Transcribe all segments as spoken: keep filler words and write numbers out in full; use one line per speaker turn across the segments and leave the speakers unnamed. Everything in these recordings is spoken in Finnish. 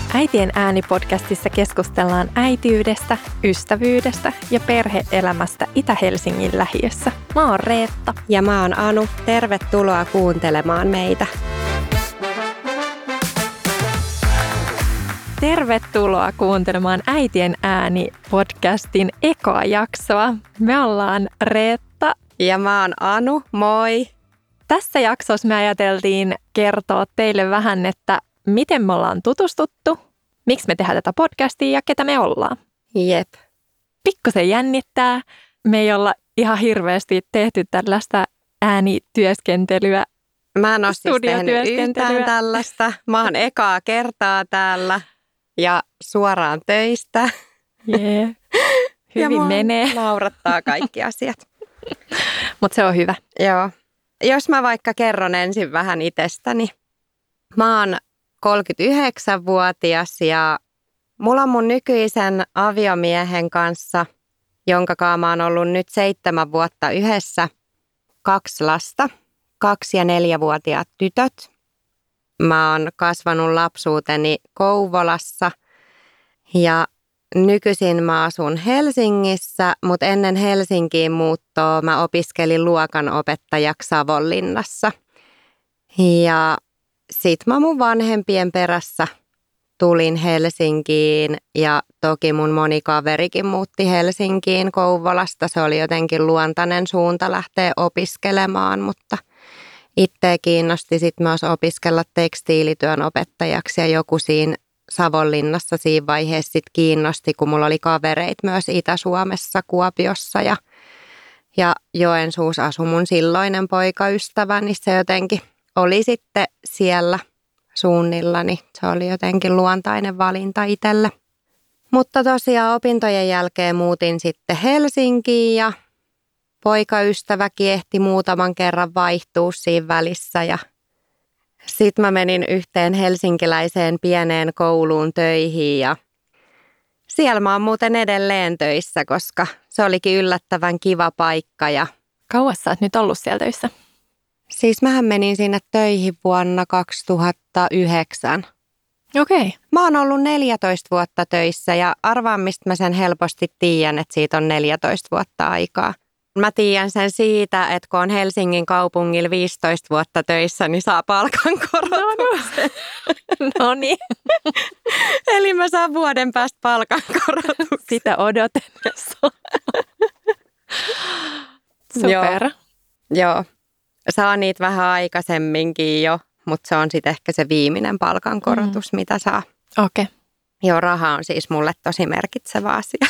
Äitien ääni-podcastissa keskustellaan äitiydestä, ystävyydestä ja perhe-elämästä Itä-Helsingin lähiössä. Mä oon Reetta.
Ja mä oon Anu. Tervetuloa kuuntelemaan meitä.
Tervetuloa kuuntelemaan Äitien ääni-podcastin ekaa jaksoa. Me ollaan Reetta.
Ja mä oon Anu. Moi!
Tässä jaksossa me ajateltiin kertoa teille vähän, että miten me ollaan tutustuttu, miksi me tehdään tätä podcastia ja ketä me ollaan.
Jep.
Pikkusen jännittää. Me ei olla ihan hirveästi tehty tällaista äänityöskentelyä.
Mä en ole siis tehnyt yhtään tällaista. Mä oon ekaa kertaa täällä ja suoraan töistä.
Yeah. Hyvin ja menee.
Naurattaa kaikki asiat.
Mutta se on hyvä.
Joo. Jos mä vaikka kerron ensin vähän itsestäni. Mä oon kolmekymmentäyhdeksänvuotias ja mulla on mun nykyisen aviomiehen kanssa, jonka kanssa mä oon ollut nyt seitsemän vuotta yhdessä, kaksi lasta, kaksi- ja neljävuotiaat tytöt. Mä oon kasvanut lapsuuteni Kouvolassa ja nykyisin mä asun Helsingissä, mutta ennen Helsinkiin muuttoa mä opiskelin luokanopettajaksi Savonlinnassa. Ja sit mä mun vanhempien perässä tulin Helsinkiin ja toki mun moni kaverikin muutti Helsinkiin Kouvolasta. Se oli jotenkin luontainen suunta lähteä opiskelemaan, mutta itse kiinnosti sit myös opiskella tekstiilityön opettajaksi ja joku siinä Savonlinnassa siinä vaiheessa sit kiinnosti, kun mulla oli kavereita myös Itä-Suomessa, Kuopiossa ja, ja Joensuussa asui mun silloinen poikaystävä, niin se jotenkin oli sitten siellä suunnilla, niin se oli jotenkin luontainen valinta itselle. Mutta tosiaan opintojen jälkeen muutin sitten Helsinkiin ja poikaystäväkin ehti muutaman kerran vaihtua siinä välissä ja sitten mä menin yhteen helsinkiläiseen pieneen kouluun töihin ja siellä mä oon muuten edelleen töissä, koska se olikin yllättävän kiva paikka. Ja
kauas sä oot nyt ollut siellä töissä?
Siis mähän menin sinne töihin vuonna kaksituhattayhdeksän.
Okei. Okay.
Mä oon ollut neljätoista vuotta töissä ja arvaan, mistä mä sen helposti tiedän, että siitä on neljätoista vuotta aikaa. Mä tiedän sen siitä, että kun on Helsingin kaupungilla viisitoista vuotta töissä, niin saa palkankorotuksen.
No niin.
Eli mä saan vuoden päästä palkankorotuksen.
Sitä odotellessa. Super.
Joo. Joo. Saa niitä vähän aikaisemminkin jo, mutta se on sitten ehkä se viimeinen palkankorotus, mm. mitä saa.
Okei. Okay.
Joo, raha on siis mulle tosi merkitsevä asia.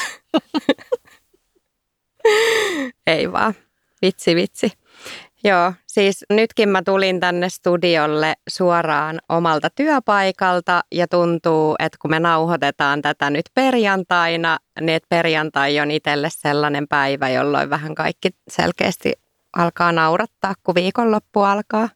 Ei vaan. Vitsi, vitsi. Joo, siis nytkin mä tulin tänne studiolle suoraan omalta työpaikalta ja tuntuu, että kun me nauhoitetaan tätä nyt perjantaina, niin että perjantai on itselle sellainen päivä, jolloin vähän kaikki selkeästi alkaa naurattaa, kun viikonloppu alkaa.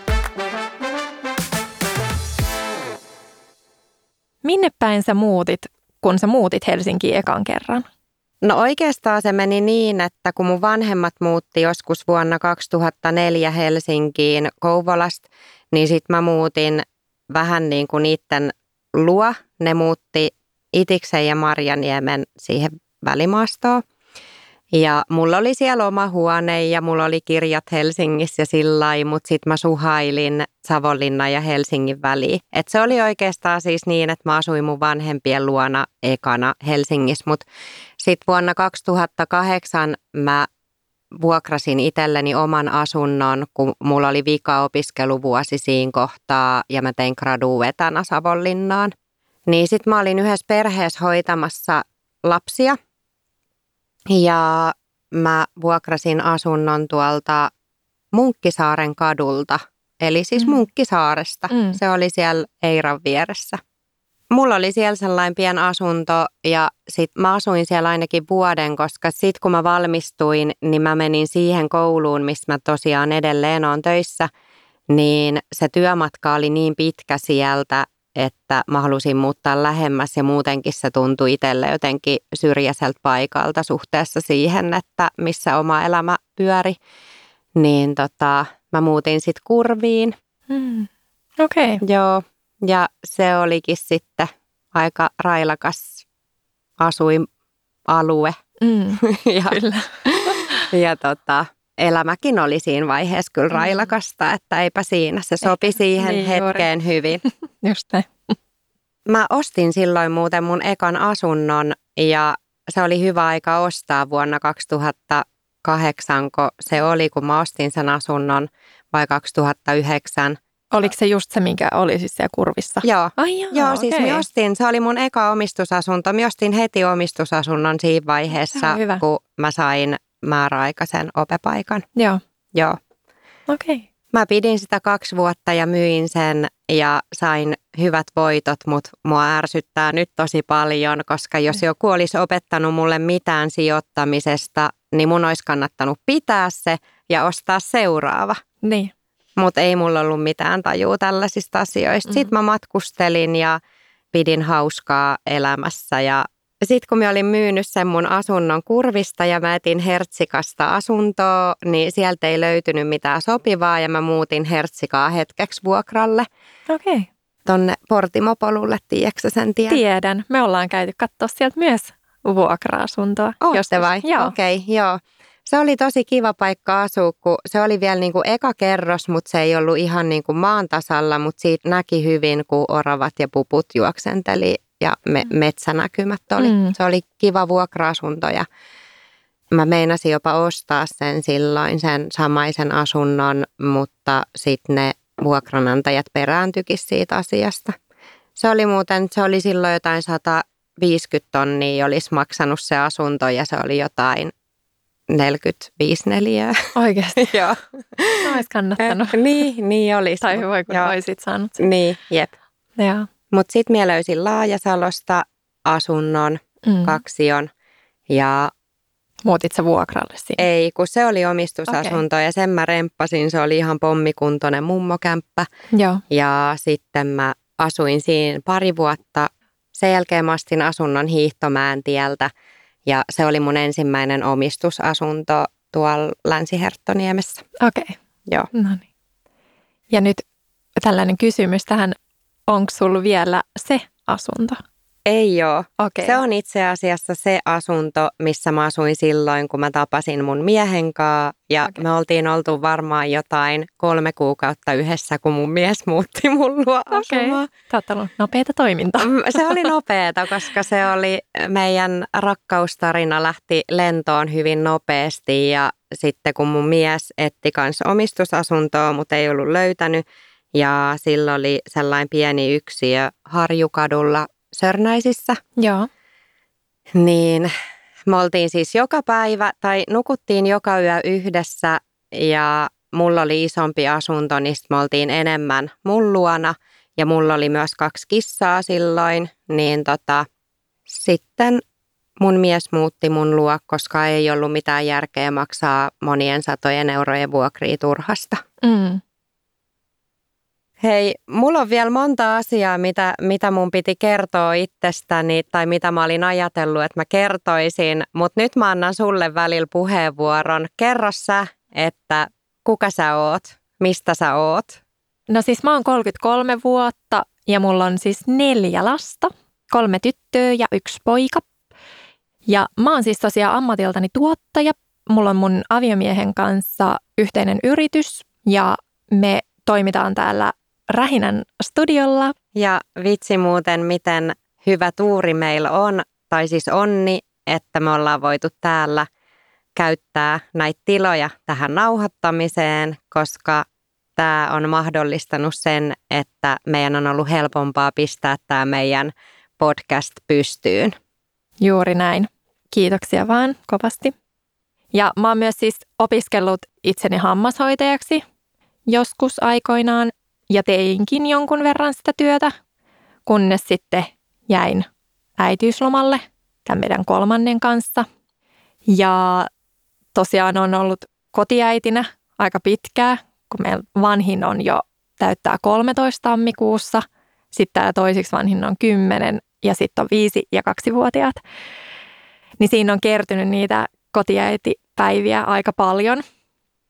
Minne päin sä muutit, kun sä muutit Helsinkiin ekan kerran?
No oikeastaan se meni niin, että kun mun vanhemmat muutti joskus vuonna kaksituhattaneljä Helsinkiin Kouvolasta, niin sit mä muutin vähän niin kuin niiden luo. Ne muutti Itiksen ja Marjaniemen siihen välimaastoon. Ja mulla oli siellä oma huone ja mulla oli kirjat Helsingissä ja sillä lailla, mutta sitten mä suhailin Savonlinnan ja Helsingin väliin. Et se oli oikeastaan siis niin, että mä asuin mun vanhempien luona ekana Helsingissä, mutta sitten vuonna kaksituhattakahdeksan mä vuokrasin itselleni oman asunnon, kun mulla oli vika-opiskeluvuosi siinä kohtaa ja mä tein graduu etänä Savonlinnaan. Niin sitten mä olin yhdessä perheessä hoitamassa lapsia. Ja mä vuokrasin asunnon tuolta Munkkisaaren kadulta, eli siis mm. Munkkisaaresta. Mm. Se oli siellä Eiran vieressä. Mulla oli siellä sellainen pieni asunto ja sit mä asuin siellä ainakin vuoden, koska sit kun mä valmistuin, niin mä menin siihen kouluun, missä mä tosiaan edelleen oon töissä, niin se työmatka oli niin pitkä sieltä, että mä halusin muuttaa lähemmäs ja muutenkin se tuntui itselle jotenkin syrjäiseltä paikalta suhteessa siihen, että missä oma elämä pyöri. Niin tota, mä muutin sitten Kurviin.
Mm. Okei. Okay.
Joo, ja se olikin sitten aika railakas asuinalue.
Mm,
ja
kyllä.
ja tota, elämäkin oli siinä vaiheessa kyllä railakasta, että eipä siinä. Se sopi Eikä, siihen niin hetkeen juuri. Hyvin.
Just näin.
Mä ostin silloin muuten mun ekan asunnon ja se oli hyvä aika ostaa vuonna kaksituhattakahdeksan, kun se oli, kun mä ostin sen asunnon, vai kaksituhattayhdeksän.
Oliko se just se, minkä oli siis siellä Kurvissa?
Joo,
Ai jaa,
joo
okay.
siis mä ostin, se oli mun eka omistusasunto. Mä ostin heti omistusasunnon siinä vaiheessa, kun mä sain määräaikaisen opepaikan.
Joo.
Joo.
Okei. Okay.
Mä pidin sitä kaksi vuotta ja myin sen ja sain hyvät voitot, mutta mua ärsyttää nyt tosi paljon, koska jos joku olisi opettanut mulle mitään sijoittamisesta, niin mun olisi kannattanut pitää se ja ostaa seuraava.
Niin.
Mutta ei mulla ollut mitään tajua tällaisista asioista. Mm-hmm. Sitten mä matkustelin ja pidin hauskaa elämässä ja sitten kun mä olin myynyt sen mun asunnon Kurvista ja mä etin Hertsikasta asuntoa, niin sieltä ei löytynyt mitään sopivaa ja mä muutin Hertsikaa hetkeksi vuokralle.
Okei. Okay.
Tonne Portimopolulle, tiedätkö sen tien?
Tiedän. Me ollaan käyty katsoa sieltä myös vuokra-asuntoa.
Ootte vai? Okei, okay, joo. Se oli tosi kiva paikka asua, kun se oli vielä niin kuin eka kerros, mutta se ei ollut ihan niin kuin maan tasalla, mutta siitä näki hyvin, kun oravat ja puput juoksenteli. Ja me, metsänäkymät oli. Mm. Se oli kiva vuokra-asunto ja mä meinasin jopa ostaa sen silloin, sen samaisen asunnon, mutta sitten ne vuokranantajat perääntyikin siitä asiasta. Se oli muuten, se oli silloin jotain sata viisikymmentä tonnia olisi maksanut se asunto ja se oli jotain neljäkymmentäviisi neliöä.
Oikeasti?
Joo.
No olisi kannattanut.
niin, niin olisi.
Tai voi kun joo. Olisit saanut.
Niin, jep.
Joo.
Mutta sitten minä löysin Laajasalosta asunnon, mm. kaksion ja...
Muutit sä vuokralle siinä?
Ei, kun se oli omistusasunto okay. ja sen mä remppasin. Se oli ihan pommikuntoinen mummokämppä.
Joo.
Ja sitten mä asuin siinä pari vuotta. Sen jälkeen mä astin asunnon Hiihtomäen tieltä ja se oli mun ensimmäinen omistusasunto tuolla Länsi-Herttoniemessä.
Okei. Okay.
Joo.
No niin. Ja nyt tällainen kysymys tähän. Onko sulla vielä se asunto?
Ei ole.
Okay.
Se on itse asiassa se asunto, missä mä asuin silloin, kun mä tapasin mun miehen kanssa. Ja okay. me oltiin oltu varmaan jotain kolme kuukautta yhdessä, kun mun mies muutti mun luo asumaan.
Okei. Tämä on ollut nopeata toimintaa.
Se oli nopeata, koska se oli, meidän rakkaustarina lähti lentoon hyvin nopeasti. Ja sitten kun mun mies etti kanssa omistusasuntoa, mutta ei ollut löytänyt. Ja sillä oli sellainen pieni yksiö Harjukadulla Sörnäisissä.
Joo.
Niin me oltiin siis joka päivä tai nukuttiin joka yö yhdessä ja mulla oli isompi asunto, niin me oltiin enemmän mun luona. Ja mulla oli myös kaksi kissaa silloin, niin tota, sitten mun mies muutti mun luo, koska ei ollut mitään järkeä maksaa monien satojen eurojen vuokria turhasta.
Mm.
Hei, mulla on vielä monta asiaa, mitä, mitä mun piti kertoa itsestäni tai mitä mä olin ajatellut, että mä kertoisin, mutta nyt mä annan sulle välillä puheenvuoron. Kerro sä, että kuka sä oot, mistä sä oot?
No siis mä oon kolmekymmentäkolme vuotta ja mulla on siis neljä lasta, kolme tyttöä ja yksi poika. Ja mä oon siis tosiaan ammatiltani tuottaja. Mulla on mun aviomiehen kanssa yhteinen yritys ja me toimitaan täällä Rähinän studiolla.
Ja vitsi muuten, miten hyvä tuuri meillä on, tai siis onni, että me ollaan voitu täällä käyttää näitä tiloja tähän nauhoittamiseen, koska tämä on mahdollistanut sen, että meidän on ollut helpompaa pistää tämä meidän podcast pystyyn.
Juuri näin. Kiitoksia vaan kovasti. Ja mä oon myös siis opiskellut itseni hammashoitajaksi joskus aikoinaan ja teinkin jonkun verran sitä työtä, kunnes sitten jäin äitiyslomalle tämän meidän kolmannen kanssa. Ja tosiaan on ollut kotiäitinä aika pitkää, kun meidän vanhin on jo täyttää kolmetoista tammikuussa, sitten tämä toisiksi vanhin on kymmenen ja sitten on viisi ja kaksivuotiaat. Niin siinä on kertynyt niitä kotiäitipäiviä aika paljon.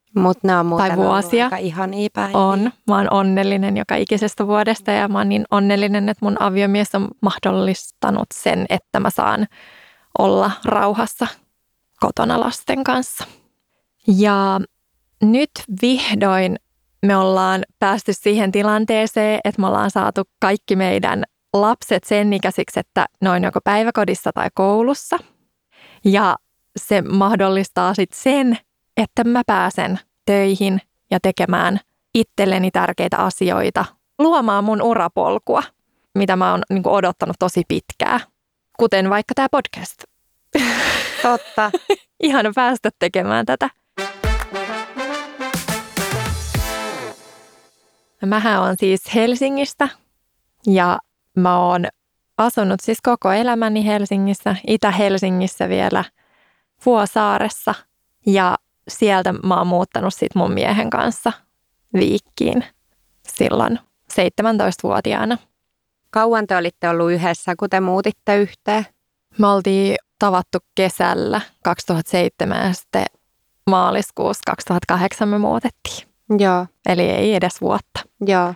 Mutta ne on muuten
tai vuosia.
aika ihania päiviä.
On. Mä oon onnellinen joka ikisestä vuodesta ja mä oon niin onnellinen, että mun aviomies on mahdollistanut sen, että mä saan olla rauhassa kotona lasten kanssa. Ja nyt vihdoin me ollaan päästy siihen tilanteeseen, että me ollaan saatu kaikki meidän lapset sen ikäisiksi, että ne on joko päiväkodissa tai koulussa. Ja se mahdollistaa sitten sen, että mä pääsen töihin ja tekemään itselleni tärkeitä asioita, luomaan mun urapolkua, mitä mä oon niin kuin odottanut tosi pitkään. Kuten vaikka tämä podcast.
Totta.
Ihana päästä tekemään tätä. Mähän on siis Helsingistä ja mä oon asunut siis koko elämäni Helsingissä, Itä-Helsingissä vielä Vuosaaressa ja sieltä mä oon muuttanut sit mun miehen kanssa Viikkiin silloin seitsemäntoistavuotiaana.
Kauan te olitte ollut yhdessä, kun te muutitte yhteen?
Me oltiin tavattu kesällä kaksituhattaseitsemän ja sitten maaliskuussa kaksituhattakahdeksan me muutettiin.
Joo.
Eli ei edes vuotta.
Joo.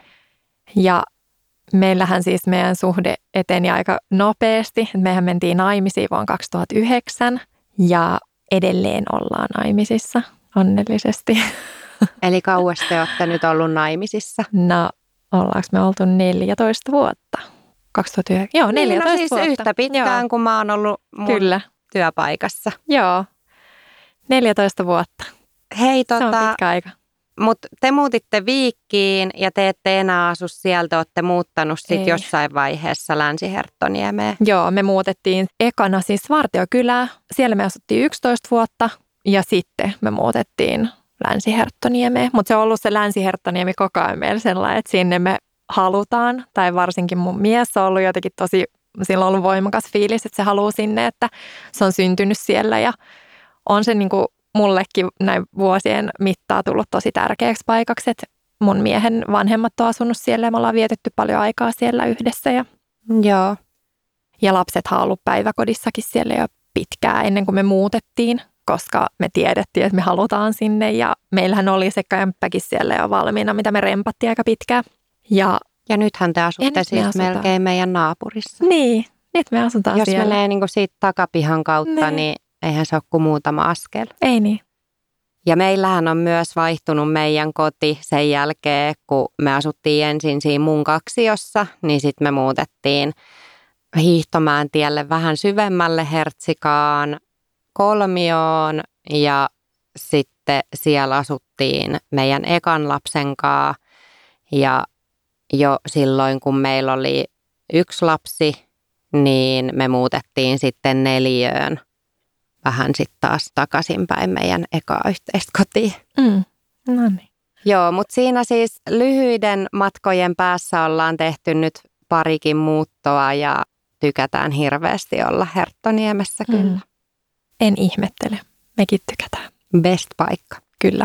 Ja meillähän siis meidän suhde eteni aika nopeasti. Mehän mentiin naimisiin vuonna kaksituhattayhdeksän ja edelleen ollaan naimisissa onnellisesti.
Eli kauas te olette nyt ollut naimisissa?
No, ollaanko me oltu neljätoista vuotta? kaksituhattayhdeksän Joo, neljätoista
niin, no siis
vuotta.
yhtä pitkään, Joo. kun mä oon ollut mun
Kyllä.
työpaikassa.
Joo, neljätoista vuotta.
Hei, tota,
se on pitkä aika.
Mutta te muutitte Viikkiin ja te ette enää asu sieltä, olette muuttanut sitten jossain vaiheessa Länsi-Herttoniemeen.
Joo, me muutettiin ekana siis Vartiokylään. Siellä me asuttiin yksitoista vuotta ja sitten me muutettiin Länsi-Herttoniemeen. Mutta se on ollut se Länsi-Herttoniemi koko ajan meillä sellainen, että sinne me halutaan. Tai varsinkin mun mies on ollut jotenkin tosi, sillä on ollut voimakas fiilis, että se haluaa sinne, että se on syntynyt siellä ja on se niinku mullekin näin vuosien mittaa tullut tosi tärkeäksi paikaksi, että mun miehen vanhemmat on asunut siellä ja me ollaan vietetty paljon aikaa siellä yhdessä. Ja,
Joo.
ja lapsethan on ollut päiväkodissakin siellä jo pitkään ennen kuin me muutettiin, koska me tiedettiin, että me halutaan sinne ja meillähän oli se kämppäkin siellä jo valmiina, mitä me rempattiin aika pitkään. Ja,
ja nythän te asutte siis me melkein meidän naapurissa.
Niin, nyt me asutaan
Jos
siellä.
Jos menee niinku siitä takapihan kautta, niin, niin eihän se ole kuin muutama askel.
Ei niin.
Ja meillähän on myös vaihtunut meidän koti sen jälkeen, kun me asuttiin ensin siinä mun kaksiossa, niin sitten me muutettiin Hiihtomäen tielle vähän syvemmälle Hertsikaan kolmioon ja sitten siellä asuttiin meidän ekan lapsen kanssa ja jo silloin kun meillä oli yksi lapsi, niin me muutettiin sitten neliöön. Vähän sitten taas takaisinpäin meidän ekaa yhteistä kotiin.
Mm. No niin.
Joo, mutta siinä siis lyhyiden matkojen päässä ollaan tehty nyt parikin muuttoa ja tykätään hirveästi olla Herttoniemessä kyllä. Mm.
En ihmettele. Mekin tykätään.
Best paikka.
Kyllä.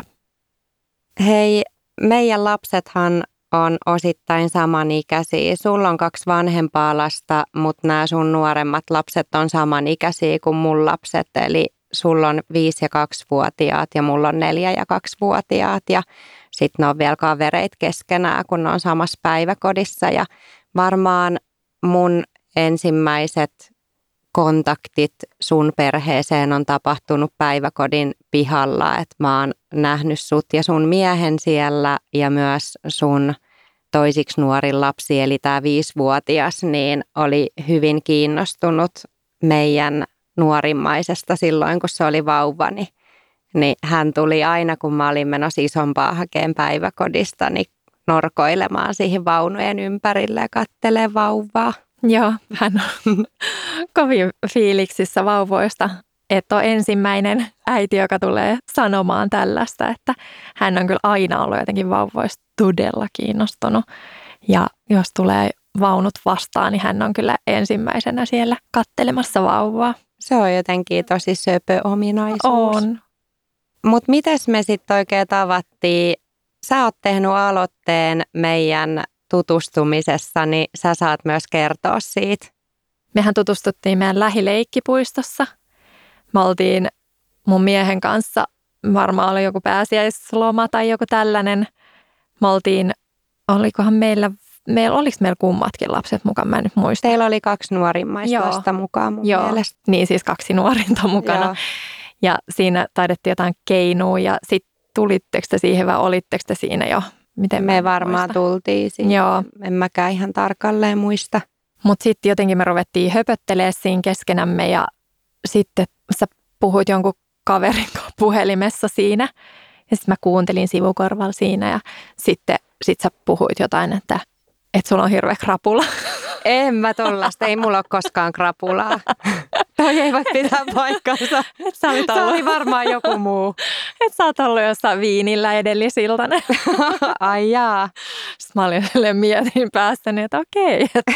Hei, meidän lapsethan on osittain samanikäisiä. Sulla on kaksi vanhempaa lasta, mutta nämä sun nuoremmat lapset on samanikäisiä kuin mun lapset. Eli sulla on viisi- ja kaksivuotiaat ja mulla on neljä- ja kaksivuotiaat. Ja sitten ne on vielä kavereit keskenään, kun ne on samassa päiväkodissa. Ja varmaan mun ensimmäiset kontaktit sun perheeseen on tapahtunut päiväkodin pihalla. Että mä oon nähnyt sut ja sun miehen siellä ja myös sun toisiksi nuorin lapsi, eli tämä viisivuotias, niin oli hyvin kiinnostunut meidän nuorimmaisesta silloin, kun se oli vauvani. Niin hän tuli aina, kun mä olin menossa isompaa hakeen päiväkodista, niin norkoilemaan siihen vaunujen ympärille ja kattelee vauvaa.
Joo, hän on kovin fiiliksissä vauvoista, että on ensimmäinen äiti, joka tulee sanomaan tällaista, että hän on kyllä aina ollut jotenkin vauvoista todella kiinnostunut. Ja jos tulee vaunut vastaan, niin hän on kyllä ensimmäisenä siellä kattelemassa vauvaa.
Se on jotenkin tosi söpö ominaisuus.
On.
Mutta mites me sitten oikein tavattiin? Sä oot tehnyt aloitteen meidän tutustumisessa, niin sä saat myös kertoa siitä.
Mehän tutustuttiin meidän lähileikkipuistossa. Me oltiin mun miehen kanssa varmaan oli joku pääsiäisloma tai joku tällainen. Me oltiin, olikohan meillä, meillä oliko meillä kummatkin lapset mukaan, mä en nyt muista.
Teillä oli kaksi nuorimmaista lasta mukaan mun
Joo.
mielestä.
Niin siis kaksi nuorinta mukana.
Joo.
Ja siinä taidettiin jotain keinua ja sitten tulitteko te siihen vai olitteko te siinä jo? Miten
Me varmaan
muista?
tultiin siihen.
Joo.
En mäkään ihan tarkalleen muista.
Mutta sitten jotenkin me ruvettiin höpöttelemään siinä keskenämme ja sitten sä puhuit jonkun kaverin puhelimessa siinä. Ja sitten mä kuuntelin sivukorvalla siinä ja sitten sit sä puhuit jotain, että, että sulla on hirveä krapula.
En mä tollasta, ei mulla ole koskaan krapulaa. Toi ei voi pitää paikkansa.
Et sä olit
Se
ollut,
oli varmaan joku muu.
et sä oot ollut jossain viinillä edellisiltana.
Ai jaa.
Sitten mä olin silleen mietin päässäni, että okei, että,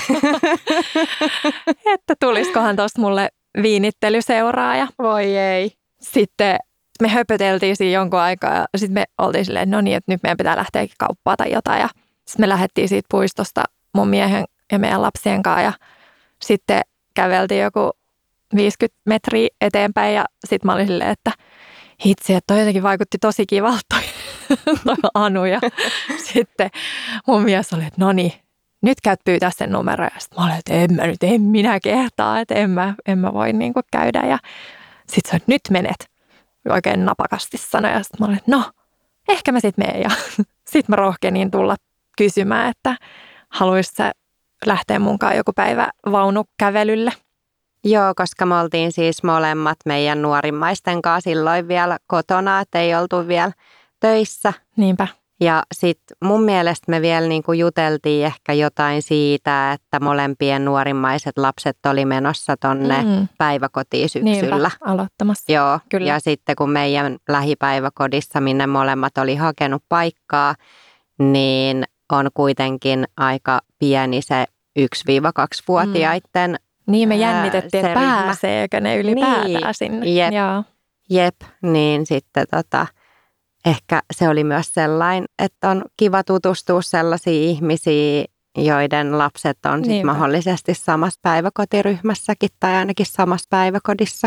että tulisikohan tosta mulle viinittelyseuraaja.
Voi ei.
Sitten me höpöteltiin siinä jonkun aikaa ja sitten me oltiin silleen, että no niin, että nyt meidän pitää lähteä kauppaan tai jotain. Ja sitten me lähdettiin siitä puistosta mun miehen ja meidän lapsien kanssa ja sitten käveltiin joku viisikymmentä metriä eteenpäin ja sitten mä olin silleen, että hitsi, että toi jotenkin vaikutti tosi kivalta toi, toi Anu. Ja sitten mun mies oli, että no niin, nyt käyt pyytää sen numero. Ja sitten mä olin, että en mä nyt, en minä kehtaa, että en mä, en mä voi niin kuin käydä. Ja sitten se, että nyt menet, oikein napakasti sanoi. Ja sitten mä olin, että no, ehkä mä sitten menen. Ja sitten mä rohkenin tulla kysymään, että haluaisitko sä lähteä munkaan joku päivä vaunukävelylle.
Joo, koska me oltiin siis molemmat meidän nuorimmaisten kanssa silloin vielä kotona, että ei oltu vielä töissä.
Niinpä.
Ja sitten mun mielestä me vielä niinku juteltiin ehkä jotain siitä, että molempien nuorimmaiset lapset oli menossa tonne mm. päiväkotiin syksyllä.
Niinpä, aloittamassa.
Joo,
Kyllä.
Ja sitten kun meidän lähipäiväkodissa, minne molemmat oli hakenut paikkaa, niin on kuitenkin aika pieni se yksi-kaksi-vuotiaiden
Niin me jännitettiin, että pääseekö ne ylipäätään
niin,
sinne.
Jep,
Joo.
jep, niin sitten tota, ehkä se oli myös sellainen, että on kiva tutustua sellaisiin ihmisiin, joiden lapset on sit mahdollisesti samassa päiväkotiryhmässäkin tai ainakin samassa päiväkodissa.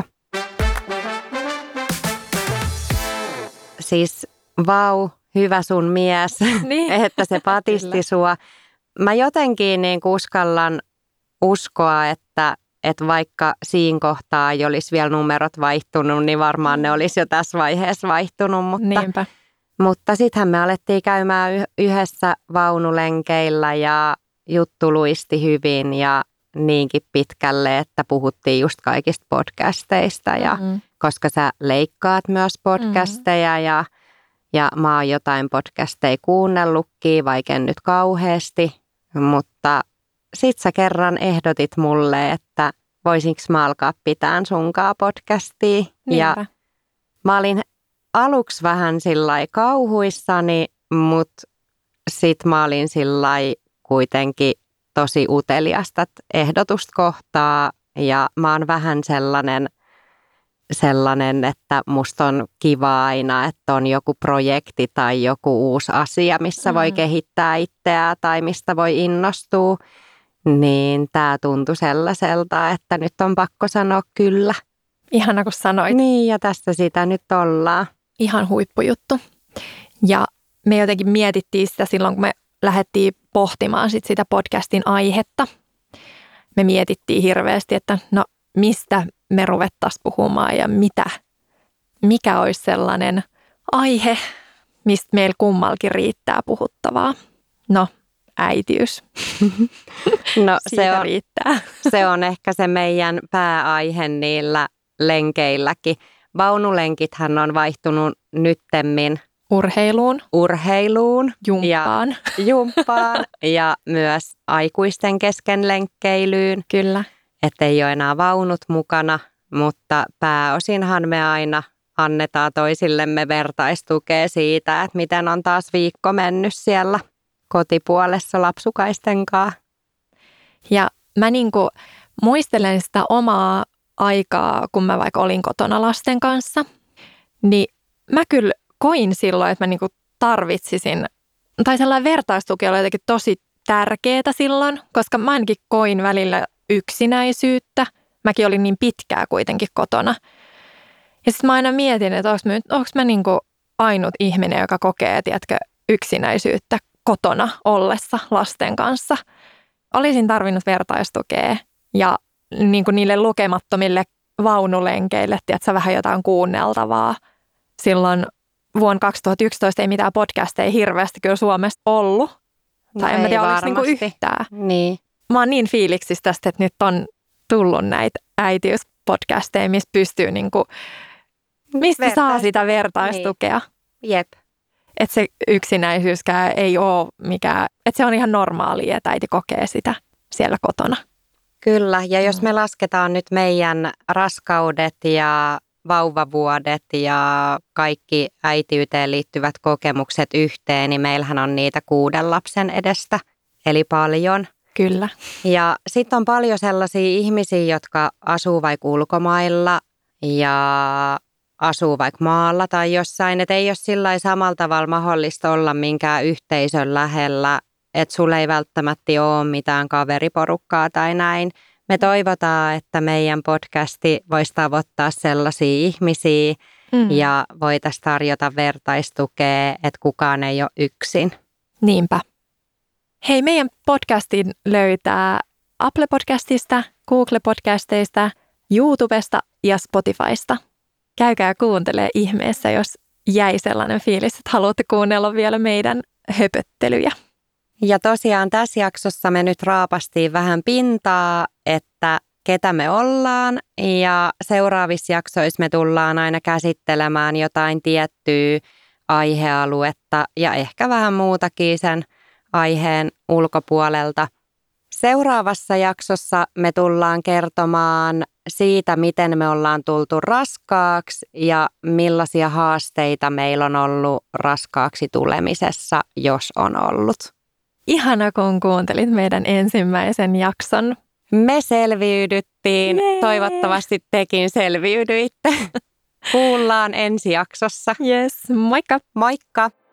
Siis vau, hyvä sun mies, niin. että se patisti sua. Mä jotenkin niin uskallan uskoa, että, että vaikka siinä kohtaa ei olisi vielä numerot vaihtunut, niin varmaan ne olisi jo tässä vaiheessa vaihtunut. Mutta,
Niinpä.
mutta sittenhän me alettiin käymään yhdessä vaunulenkeillä ja juttu luisti hyvin ja niinkin pitkälle, että puhuttiin just kaikista podcasteista. Ja, mm-hmm. koska sä leikkaat myös podcasteja mm-hmm. ja, ja mä oon jotain podcasteja kuunnellutkin, vaikka en nyt kauheasti, mutta sit sä kerran ehdotit mulle, että voisinko mä alkaa pitää sunkaan podcastia.
Niinpä.
Ja mä olin aluksi vähän sillai kauhuissani, mutta sit mä olin sillai kuitenkin tosi uteliasta ehdotusta kohtaa. Ja mä oon vähän sellainen, sellainen, että musta on kiva aina, että on joku projekti tai joku uusi asia, missä mm. voi kehittää itseään tai mistä voi innostua. Niin tämä tuntui sellaiselta, että nyt on pakko sanoa kyllä.
Ihana kun sanoit.
Niin ja tässä sitä nyt ollaan.
Ihan huippujuttu. Ja me jotenkin mietittiin sitä silloin, kun me lähdettiin pohtimaan sit sitä podcastin aihetta. Me mietittiin hirveästi, että no mistä me ruvettaisiin puhumaan ja mitä, mikä olisi sellainen aihe, mistä meillä kummalkin riittää puhuttavaa. No, äitiys.
No se on,
riittää.
se on ehkä se meidän pääaihe niillä lenkeilläkin. Vaunulenkithän on vaihtunut nyttemmin
urheiluun,
urheiluun
jumppaan.
Ja, jumppaan ja myös aikuisten kesken lenkkeilyyn.
Kyllä.
Että ei ole enää vaunut mukana, mutta pääosinhan me aina annetaan toisillemme vertaistukea siitä, että miten on taas viikko mennyt siellä kotipuolessa lapsukaisten kanssa.
Ja mä niinku muistelen sitä omaa aikaa, kun mä vaikka olin kotona lasten kanssa, niin mä kyllä koin silloin, että mä niinku tarvitsisin, tai sellainen vertaistuki oli jotenkin tosi tärkeää silloin, koska mä ainakin koin välillä yksinäisyyttä. Mäkin olin niin pitkää kuitenkin kotona. Ja sitten mä aina mietin, että onko mä, onko mä niinku ainut ihminen, joka kokee, tiedätkö, yksinäisyyttä kotona ollessa lasten kanssa. Olisin tarvinnut vertaistukea ja niin kuin niille lukemattomille vaunulenkeille, tiedätkö, vähän jotain kuunneltavaa. Silloin vuonna kaksituhattayksitoista ei mitään podcasteja hirveästi kyllä Suomessa ollut.
No
tai en mä tiedä, oliko niinku yhtään.
Niin.
Mä oon niin fiiliksissä tästä, että nyt on tullut näitä äitiyspodcasteja, missä pystyy niinku, mistä Vertais- saa sitä vertaistukea.
Niin. Jep.
Että se yksinäisyyskään ei ole mikään, että se on ihan normaalia, että äiti kokee sitä siellä kotona.
Kyllä, ja jos me lasketaan nyt meidän raskaudet ja vauvavuodet ja kaikki äitiyteen liittyvät kokemukset yhteen, niin meillähän on niitä kuuden lapsen edestä, eli paljon.
Kyllä.
Ja sitten on paljon sellaisia ihmisiä, jotka asuu vaikka ulkomailla ja asuu vaikka maalla tai jossain, että ei ole sillä samalla tavalla mahdollista olla minkään yhteisön lähellä, että sulla ei välttämättä ole mitään kaveriporukkaa tai näin. Me toivotaan, että meidän podcasti voisi tavoittaa sellaisia ihmisiä mm. ja voitaisiin tarjota vertaistukea, että kukaan ei ole yksin.
Niinpä. Hei, meidän podcastin löytää Apple Podcastista, Google Podcasteista, YouTubesta ja Spotifysta. Käykää kuuntelemaan ihmeessä, jos jäi sellainen fiilis, että haluatte kuunnella vielä meidän höpöttelyjä.
Ja tosiaan tässä jaksossa me nyt raapastiin vähän pintaa, että ketä me ollaan, ja seuraavissa jaksoissa me tullaan aina käsittelemään jotain tiettyä aihealuetta ja ehkä vähän muutakin sen aiheen ulkopuolelta. Seuraavassa jaksossa me tullaan kertomaan siitä, miten me ollaan tultu raskaaksi ja millaisia haasteita meillä on ollut raskaaksi tulemisessa, jos on ollut.
Ihana, kun kuuntelit meidän ensimmäisen jakson.
Me selviydyttiin.
Jee.
Toivottavasti tekin selviydyitte. Kuullaan ensi jaksossa.
Yes, moikka!
Moikka!